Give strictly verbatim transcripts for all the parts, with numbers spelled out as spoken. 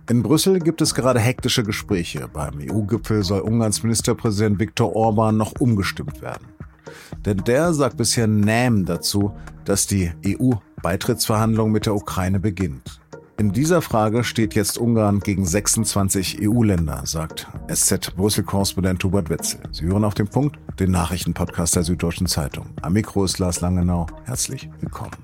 In Brüssel gibt es gerade hektische Gespräche. Beim E U-Gipfel soll Ungarns Ministerpräsident Viktor Orbán noch umgestimmt werden. Denn der sagt bisher Nein dazu, dass die E U-Beitrittsverhandlung mit der Ukraine beginnt. In dieser Frage steht jetzt Ungarn gegen sechsundzwanzig E U-Länder, sagt S Z-Brüssel-Korrespondent Hubert Wetzel. Sie hören auf den Punkt, den Nachrichtenpodcast der Süddeutschen Zeitung. Am Mikro ist Lars Langenau. Herzlich willkommen.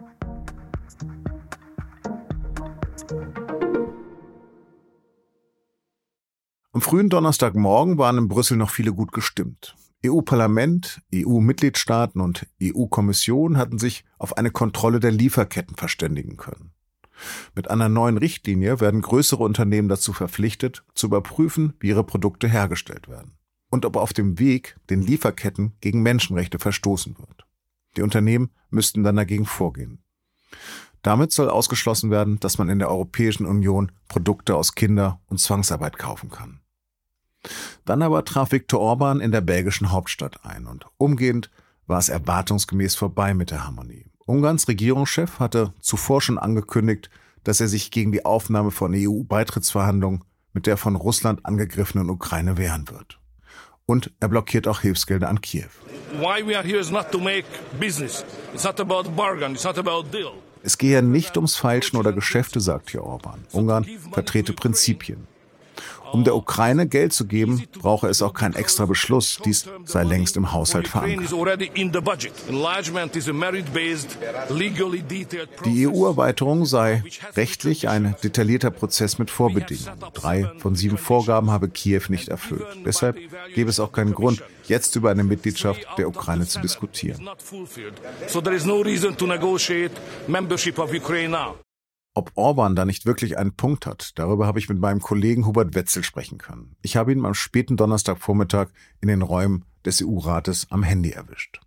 Am frühen Donnerstagmorgen waren in Brüssel noch viele gut gestimmt. E U-Parlament, E U-Mitgliedstaaten und E U-Kommission hatten sich auf eine Kontrolle der Lieferketten verständigen können. Mit einer neuen Richtlinie werden größere Unternehmen dazu verpflichtet, zu überprüfen, wie ihre Produkte hergestellt werden und ob auf dem Weg den Lieferketten gegen Menschenrechte verstoßen wird. Die Unternehmen müssten dann dagegen vorgehen. Damit soll ausgeschlossen werden, dass man in der Europäischen Union Produkte aus Kinder- und Zwangsarbeit kaufen kann. Dann aber traf Viktor Orbán in der belgischen Hauptstadt ein und umgehend war es erwartungsgemäß vorbei mit der Harmonie. Ungarns Regierungschef hatte zuvor schon angekündigt, dass er sich gegen die Aufnahme von E U-Beitrittsverhandlungen mit der von Russland angegriffenen Ukraine wehren wird. Und er blockiert auch Hilfsgelder an Kiew. Why we are here is not to make business. It's not about bargain. It's not about deal. Es gehe ja nicht ums Feilschen oder Geschäfte, sagt hier Orbán. Ungarn vertrete Prinzipien. Um der Ukraine Geld zu geben, brauche es auch keinen extra Beschluss. Dies sei längst im Haushalt verankert. Die E U-Erweiterung sei rechtlich ein detaillierter Prozess mit Vorbedingungen. Drei von sieben Vorgaben habe Kiew nicht erfüllt. Deshalb gäbe es auch keinen Grund, jetzt über eine Mitgliedschaft der Ukraine zu diskutieren. Ob Orbán da nicht wirklich einen Punkt hat, darüber habe ich mit meinem Kollegen Hubert Wetzel sprechen können. Ich habe ihn am späten Donnerstagvormittag in den Räumen des E U-Rates am Handy erwischt.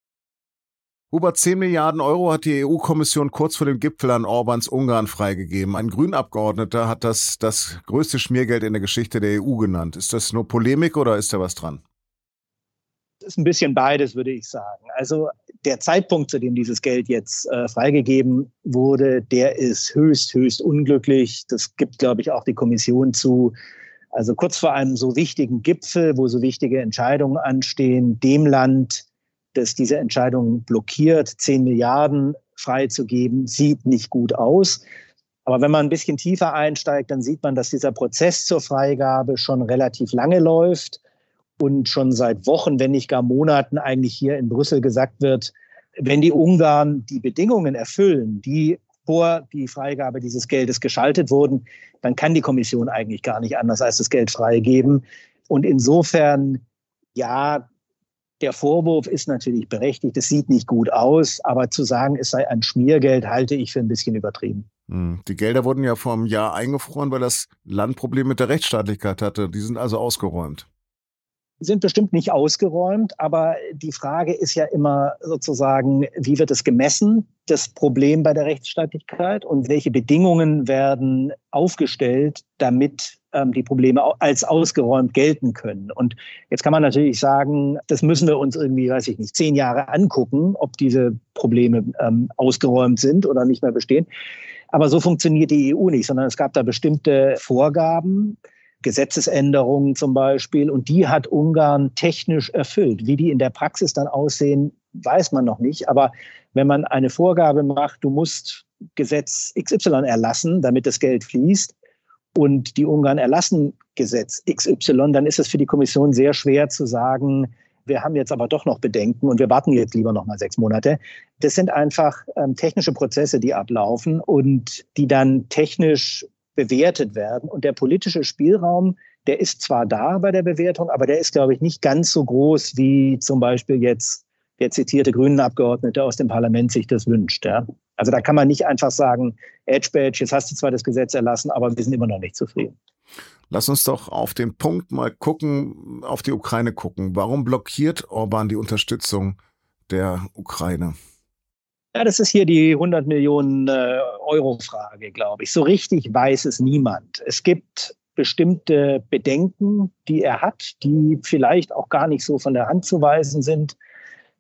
Hubert, zehn Milliarden Euro hat die E U-Kommission kurz vor dem Gipfel an Orbáns Ungarn freigegeben. Ein Grünabgeordneter hat das das größte Schmiergeld in der Geschichte der E U genannt. Ist das nur Polemik oder ist da was dran? Das ist ein bisschen beides, würde ich sagen. Also der Zeitpunkt, zu dem dieses Geld jetzt äh, freigegeben wurde, der ist höchst, höchst unglücklich. Das gibt, glaube ich, auch die Kommission zu. Also kurz vor einem so wichtigen Gipfel, wo so wichtige Entscheidungen anstehen, dem Land, das diese Entscheidung blockiert, zehn Milliarden freizugeben, sieht nicht gut aus. Aber wenn man ein bisschen tiefer einsteigt, dann sieht man, dass dieser Prozess zur Freigabe schon relativ lange läuft. Und schon seit Wochen, wenn nicht gar Monaten eigentlich hier in Brüssel gesagt wird, wenn die Ungarn die Bedingungen erfüllen, die vor die Freigabe dieses Geldes geschaltet wurden, dann kann die Kommission eigentlich gar nicht anders als das Geld freigeben. Und insofern, ja, der Vorwurf ist natürlich berechtigt, es sieht nicht gut aus, aber zu sagen, es sei ein Schmiergeld, halte ich für ein bisschen übertrieben. Die Gelder wurden ja vor einem Jahr eingefroren, weil das Land Probleme mit der Rechtsstaatlichkeit hatte. Die sind also ausgeräumt. Sind bestimmt nicht ausgeräumt, aber die Frage ist ja immer sozusagen, wie wird es gemessen, das Problem bei der Rechtsstaatlichkeit, und welche Bedingungen werden aufgestellt, damit ähm, die Probleme als ausgeräumt gelten können. Und jetzt kann man natürlich sagen, das müssen wir uns irgendwie, weiß ich nicht, zehn Jahre angucken, ob diese Probleme ähm, ausgeräumt sind oder nicht mehr bestehen. Aber so funktioniert die E U nicht, sondern es gab da bestimmte Vorgaben, Gesetzesänderungen zum Beispiel, und die hat Ungarn technisch erfüllt. Wie die in der Praxis dann aussehen, weiß man noch nicht. Aber wenn man eine Vorgabe macht, du musst Gesetz X Y erlassen, damit das Geld fließt, und die Ungarn erlassen Gesetz X Y, dann ist es für die Kommission sehr schwer zu sagen, wir haben jetzt aber doch noch Bedenken und wir warten jetzt lieber noch mal sechs Monate. Das sind einfach ähm, technische Prozesse, die ablaufen und die dann technisch bewertet werden. Und der politische Spielraum, der ist zwar da bei der Bewertung, aber der ist, glaube ich, nicht ganz so groß, wie zum Beispiel jetzt der zitierte Grünen-Abgeordnete aus dem Parlament sich das wünscht. Ja? Also da kann man nicht einfach sagen, Edge Badge, jetzt hast du zwar das Gesetz erlassen, aber wir sind immer noch nicht zufrieden. Lass uns doch auf den Punkt mal gucken, auf die Ukraine gucken. Warum blockiert Orbán die Unterstützung der Ukraine? Ja, das ist hier die hundert Millionen Euro Frage, glaube ich. So richtig weiß es niemand. Es gibt bestimmte Bedenken, die er hat, die vielleicht auch gar nicht so von der Hand zu weisen sind.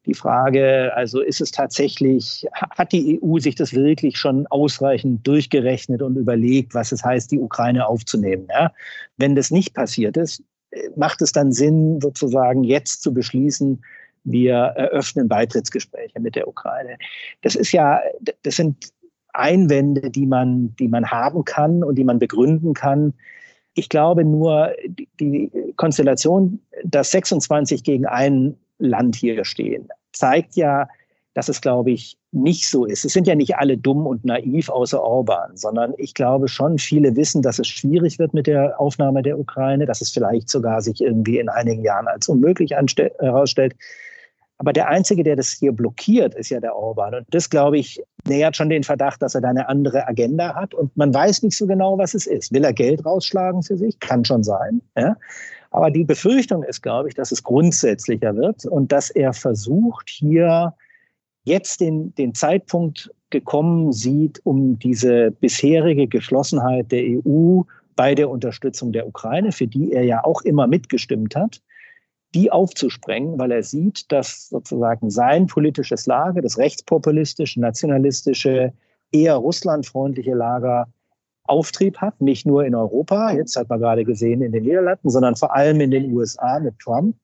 Die Frage, also ist es tatsächlich, hat die E U sich das wirklich schon ausreichend durchgerechnet und überlegt, was es heißt, die Ukraine aufzunehmen? Ja? Wenn das nicht passiert ist, macht es dann Sinn, sozusagen jetzt zu beschließen, wir eröffnen Beitrittsgespräche mit der Ukraine. Das ist ja, das sind Einwände, die man, die man haben kann und die man begründen kann. Ich glaube nur, die Konstellation, dass sechsundzwanzig gegen ein Land hier stehen, zeigt ja, dass es, glaube ich, nicht so ist. Es sind ja nicht alle dumm und naiv außer Orban, sondern ich glaube schon, viele wissen, dass es schwierig wird mit der Aufnahme der Ukraine, dass es vielleicht sogar sich irgendwie in einigen Jahren als unmöglich herausstellt. Aber der Einzige, der das hier blockiert, ist ja der Orban. Und das, glaube ich, nähert schon den Verdacht, dass er da eine andere Agenda hat. Und man weiß nicht so genau, was es ist. Will er Geld rausschlagen für sich? Kann schon sein. Ja? Aber die Befürchtung ist, glaube ich, dass es grundsätzlicher wird und dass er versucht, hier jetzt den, den Zeitpunkt gekommen sieht, um diese bisherige Geschlossenheit der E U bei der Unterstützung der Ukraine, für die er ja auch immer mitgestimmt hat, die aufzusprengen, weil er sieht, dass sozusagen sein politisches Lager, das rechtspopulistische, nationalistische, eher russlandfreundliche Lager Auftrieb hat, nicht nur in Europa, jetzt hat man gerade gesehen in den Niederlanden, sondern vor allem in den U S A mit Trump.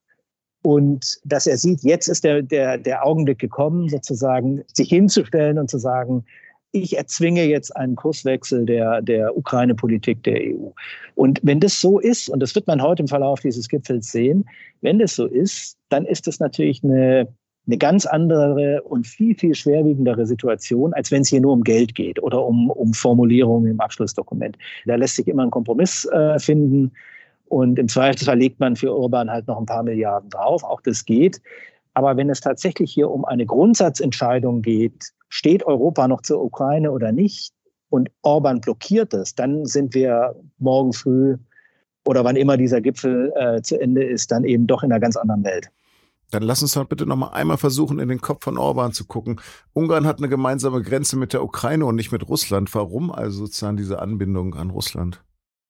Und dass er sieht, jetzt ist der, der, der Augenblick gekommen, sozusagen sich hinzustellen und zu sagen, ich erzwinge jetzt einen Kurswechsel der, der Ukraine-Politik der E U. Und wenn das so ist, und das wird man heute im Verlauf dieses Gipfels sehen, wenn das so ist, dann ist das natürlich eine, eine ganz andere und viel, viel schwerwiegendere Situation, als wenn es hier nur um Geld geht oder um, um Formulierungen im Abschlussdokument. Da lässt sich immer ein Kompromiss äh, finden. Und im Zweifelsfall legt man für Orban halt noch ein paar Milliarden drauf. Auch das geht. Aber wenn es tatsächlich hier um eine Grundsatzentscheidung geht, steht Europa noch zur Ukraine oder nicht, und Orban blockiert es, dann sind wir morgen früh oder wann immer dieser Gipfel äh, zu Ende ist, dann eben doch in einer ganz anderen Welt. Dann lass uns doch bitte noch mal einmal versuchen, in den Kopf von Orban zu gucken. Ungarn hat eine gemeinsame Grenze mit der Ukraine und nicht mit Russland. Warum also sozusagen diese Anbindung an Russland?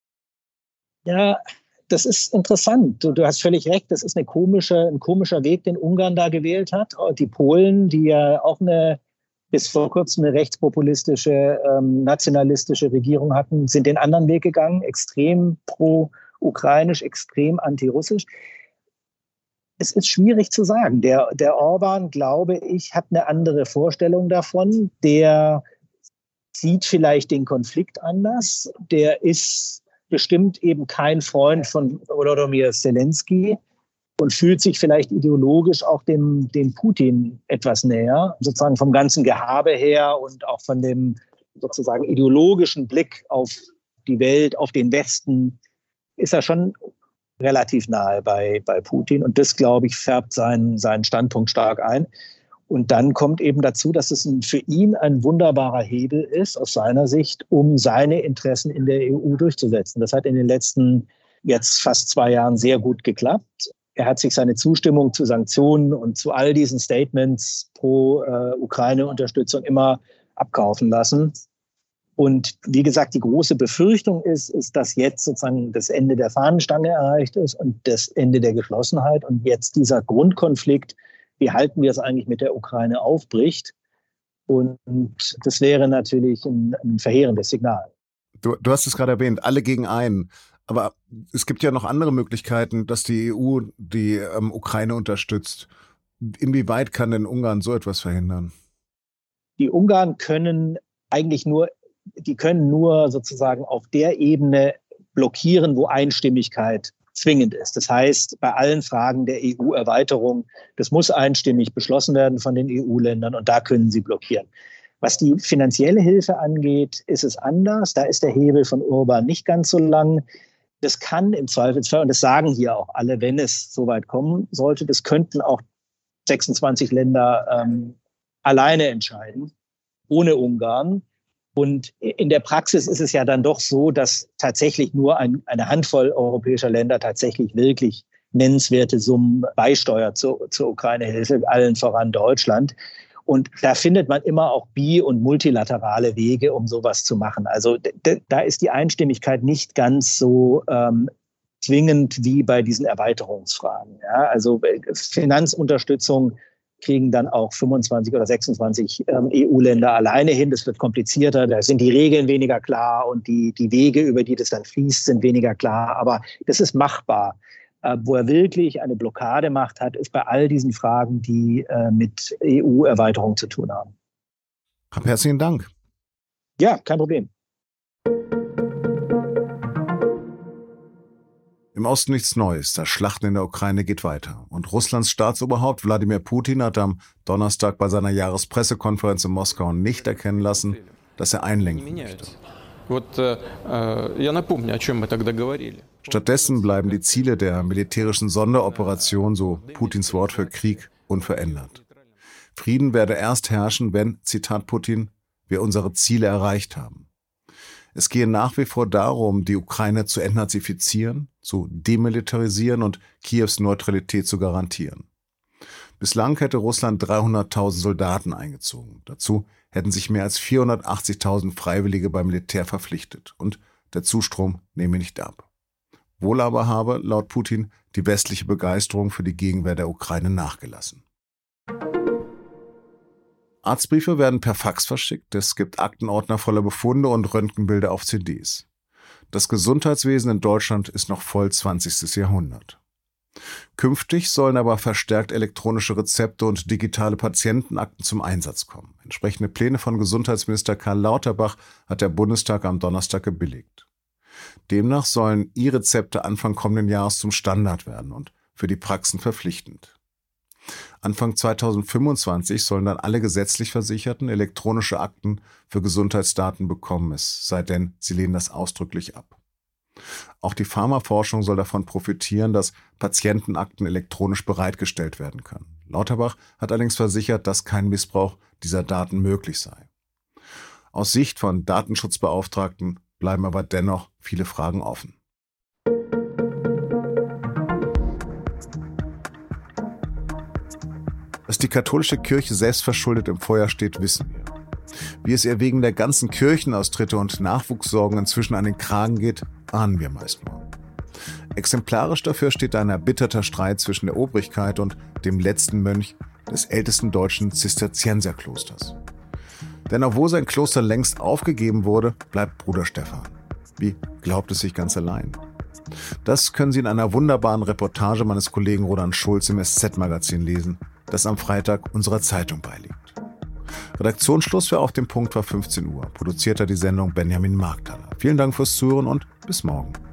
Ja, das ist interessant. Du, du hast völlig recht. Das ist eine komische, ein komischer Weg, den Ungarn da gewählt hat. Die Polen, die ja auch eine bis vor kurzem eine rechtspopulistische, ähm, nationalistische Regierung hatten, sind den anderen Weg gegangen, extrem pro-ukrainisch, extrem antirussisch. Es ist schwierig zu sagen. Der, der Orban, glaube ich, hat eine andere Vorstellung davon. Der sieht vielleicht den Konflikt anders. Der ist bestimmt eben kein Freund von Volodymyr Zelensky und fühlt sich vielleicht ideologisch auch dem, dem Putin etwas näher, sozusagen vom ganzen Gehabe her und auch von dem sozusagen ideologischen Blick auf die Welt, auf den Westen, ist er schon relativ nahe bei, bei Putin. Und das, glaube ich, färbt seinen, seinen Standpunkt stark ein. Und dann kommt eben dazu, dass es ein, für ihn ein wunderbarer Hebel ist, aus seiner Sicht, um seine Interessen in der E U durchzusetzen. Das hat in den letzten jetzt fast zwei Jahren sehr gut geklappt. Er hat sich seine Zustimmung zu Sanktionen und zu all diesen Statements pro äh, Ukraine-Unterstützung immer abkaufen lassen. Und wie gesagt, die große Befürchtung ist, ist, dass jetzt sozusagen das Ende der Fahnenstange erreicht ist und das Ende der Geschlossenheit und jetzt dieser Grundkonflikt, wie halten wir es eigentlich mit der Ukraine, aufbricht. Und das wäre natürlich ein, ein verheerendes Signal. Du, du hast es gerade erwähnt, alle gegen einen. Aber es gibt ja noch andere Möglichkeiten, dass die E U die ähm, Ukraine unterstützt. Inwieweit kann denn Ungarn so etwas verhindern? Die Ungarn können eigentlich nur, die können nur sozusagen auf der Ebene blockieren, wo Einstimmigkeit zwingend ist. Das heißt, bei allen Fragen der E U-Erweiterung, das muss einstimmig beschlossen werden von den E U-Ländern und da können sie blockieren. Was die finanzielle Hilfe angeht, ist es anders. Da ist der Hebel von Orban nicht ganz so lang. Das kann im Zweifelsfall, und das sagen hier auch alle, wenn es so weit kommen sollte, das könnten auch sechsundzwanzig Länder ähm, alleine entscheiden, ohne Ungarn. Und in der Praxis ist es ja dann doch so, dass tatsächlich nur ein, eine Handvoll europäischer Länder tatsächlich wirklich nennenswerte Summen beisteuert zur, zur Ukraine-Hilfe, allen voran Deutschland. Und da findet man immer auch bi- und multilaterale Wege, um sowas zu machen. Also d- da ist die Einstimmigkeit nicht ganz so ähm, zwingend wie bei diesen Erweiterungsfragen. Ja, also Finanzunterstützung kriegen dann auch fünfundzwanzig oder sechsundzwanzig ähm, E U-Länder alleine hin. Das wird komplizierter, da sind die Regeln weniger klar und die, die Wege, über die das dann fließt, sind weniger klar. Aber das ist machbar. Äh, wo er wirklich eine Blockademacht hat, ist bei all diesen Fragen, die äh, mit E U-Erweiterung zu tun haben. Herzlichen Dank. Ja, kein Problem. Im Osten nichts Neues. Das Schlachten in der Ukraine geht weiter. Und Russlands Staatsoberhaupt Wladimir Putin hat am Donnerstag bei seiner Jahrespressekonferenz in Moskau nicht erkennen lassen, dass er einlenken möchte. Stattdessen bleiben die Ziele der militärischen Sonderoperation, so Putins Wort für Krieg, unverändert. Frieden werde erst herrschen, wenn, Zitat Putin, wir unsere Ziele erreicht haben. Es gehe nach wie vor darum, die Ukraine zu entnazifizieren, zu demilitarisieren und Kiews Neutralität zu garantieren. Bislang hätte Russland dreihunderttausend Soldaten eingezogen. Dazu hätten sich mehr als vierhundertachtzigtausend Freiwillige beim Militär verpflichtet. Und der Zustrom nehme nicht ab. Wohl aber habe, laut Putin, die westliche Begeisterung für die Gegenwehr der Ukraine nachgelassen. Arztbriefe werden per Fax verschickt, es gibt Aktenordner voller Befunde und Röntgenbilder auf C Ds. Das Gesundheitswesen in Deutschland ist noch voll zwanzigstes Jahrhundert. Künftig sollen aber verstärkt elektronische Rezepte und digitale Patientenakten zum Einsatz kommen. Entsprechende Pläne von Gesundheitsminister Karl Lauterbach hat der Bundestag am Donnerstag gebilligt. Demnach sollen E-Rezepte Anfang kommenden Jahres zum Standard werden und für die Praxen verpflichtend. Anfang zweitausendfünfundzwanzig sollen dann alle gesetzlich Versicherten elektronische Akten für Gesundheitsdaten bekommen, es sei denn, sie lehnen das ausdrücklich ab. Auch die Pharmaforschung soll davon profitieren, dass Patientenakten elektronisch bereitgestellt werden können. Lauterbach hat allerdings versichert, dass kein Missbrauch dieser Daten möglich sei. Aus Sicht von Datenschutzbeauftragten bleiben aber dennoch viele Fragen offen. Dass die katholische Kirche selbstverschuldet im Feuer steht, wissen wir. Wie es ihr wegen der ganzen Kirchenaustritte und Nachwuchssorgen inzwischen an den Kragen geht, ahnen wir meist nur. Exemplarisch dafür steht ein erbitterter Streit zwischen der Obrigkeit und dem letzten Mönch des ältesten deutschen Zisterzienserklosters. Denn obwohl sein Kloster längst aufgegeben wurde, bleibt Bruder Stephan. Wie glaubt es sich ganz allein? Das können Sie in einer wunderbaren Reportage meines Kollegen Roland Schulz im S Z-Magazin lesen, das am Freitag unserer Zeitung beiliegt. Redaktionsschluss für Auf den Punkt war fünfzehn Uhr. Produziert hat die Sendung Benjamin Markthaler. Vielen Dank fürs Zuhören und bis morgen.